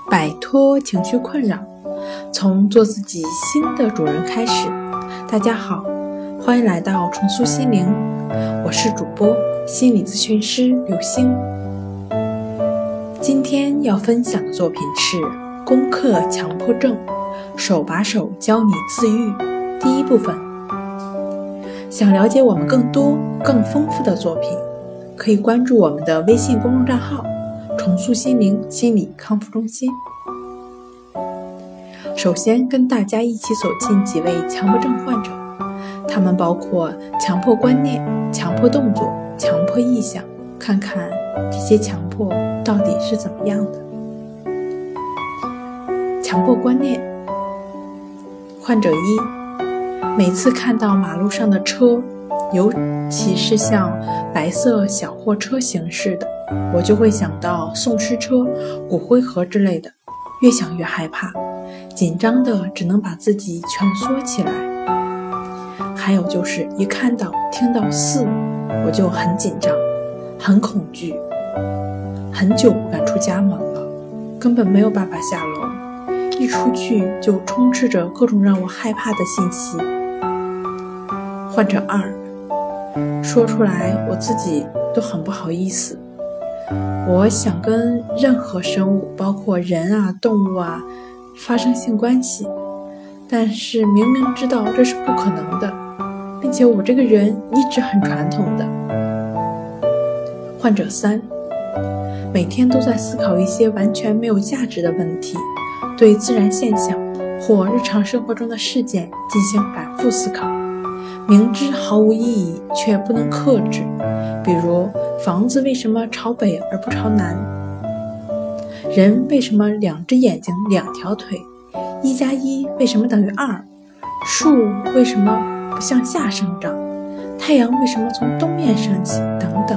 摆脱情绪困扰，从做自己新的主人开始。大家好，欢迎来到重塑心灵，我是主播心理咨询师刘星。今天要分享的作品是攻克强迫症，手把手教你自愈第一部分。想了解我们更多更丰富的作品，可以关注我们的微信公众账号重塑心灵心理康复中心。首先跟大家一起走进几位强迫症患者，他们包括强迫观念、强迫动作、强迫意向，看看这些强迫到底是怎么样的。强迫观念，患者一，每次看到马路上的车，尤其是像白色小货车形式的，我就会想到送尸车、骨灰盒之类的，越想越害怕，紧张的只能把自己蜷缩起来。还有就是一看到听到4，我就很紧张，很恐惧，很久不敢出家门了，根本没有办法下楼，一出去就充斥着各种让我害怕的信息。患者2，说出来我自己都很不好意思，我想跟任何生物，包括人啊、动物啊，发生性关系，但是明明知道这是不可能的，并且我这个人一直很传统的。患者3，每天都在思考一些完全没有价值的问题，对自然现象或日常生活中的事件进行反复思考，明知毫无意义却不能克制，比如房子为什么朝北而不朝南，人为什么2只眼睛2条腿，1+1为什么等于2，树为什么不向下生长，太阳为什么从东面升起等等。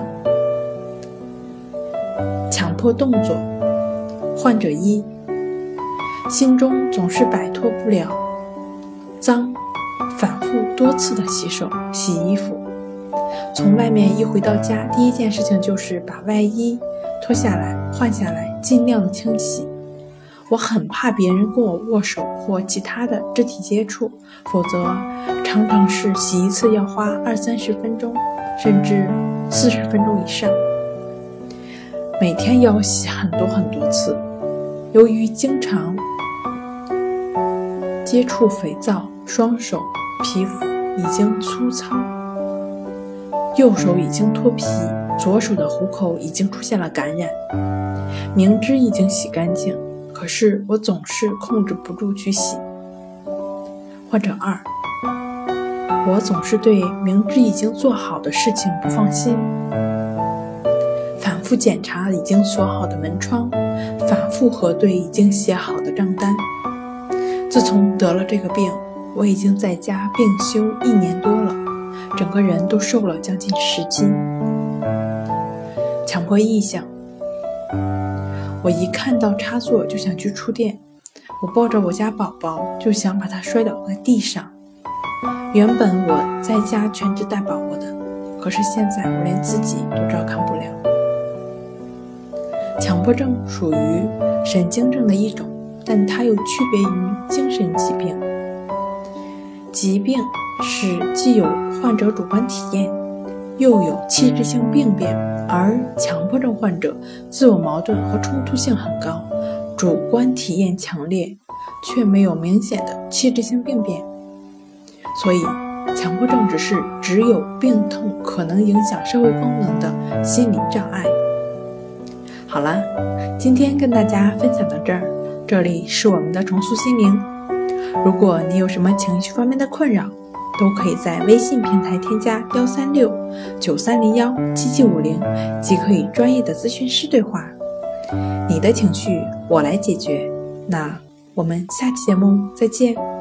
强迫动作，患者1，心中总是摆脱不了脏，反复多次的洗手洗衣服，从外面一回到家，第一件事情就是把外衣脱下来换下来，尽量的清洗。我很怕别人跟我握手或其他的肢体接触，否则常常是洗一次要花20-30分钟，甚至40分钟以上，每天要洗很多次。由于经常接触肥皂，双手皮肤已经粗糙，右手已经脱皮，左手的虎口已经出现了感染，明知已经洗干净，可是我总是控制不住去洗。患者2，我总是对明知已经做好的事情不放心，反复检查已经锁好的门窗，反复核对已经写好的账单。自从得了这个病，我已经在家病休1年多了，整个人都瘦了将近10斤。强迫意向，我一看到插座就想去触电，我抱着我家宝宝就想把它摔倒在地上。原本我在家全职带宝宝的，可是现在我连自己都照看不了。强迫症属于神经症的一种，但它又区别于精神疾病。疾病是既有患者主观体验，又有器质性病变，而强迫症患者自我矛盾和冲突性很高，主观体验强烈，却没有明显的器质性病变。所以强迫症只有病痛可能影响社会功能的心理障碍。好了，今天跟大家分享到这儿，这里是我们的重塑心灵。如果你有什么情绪方面的困扰，都可以在微信平台添加136-9301-7750，即可与专业的咨询师对话。你的情绪我来解决。那我们下期节目再见。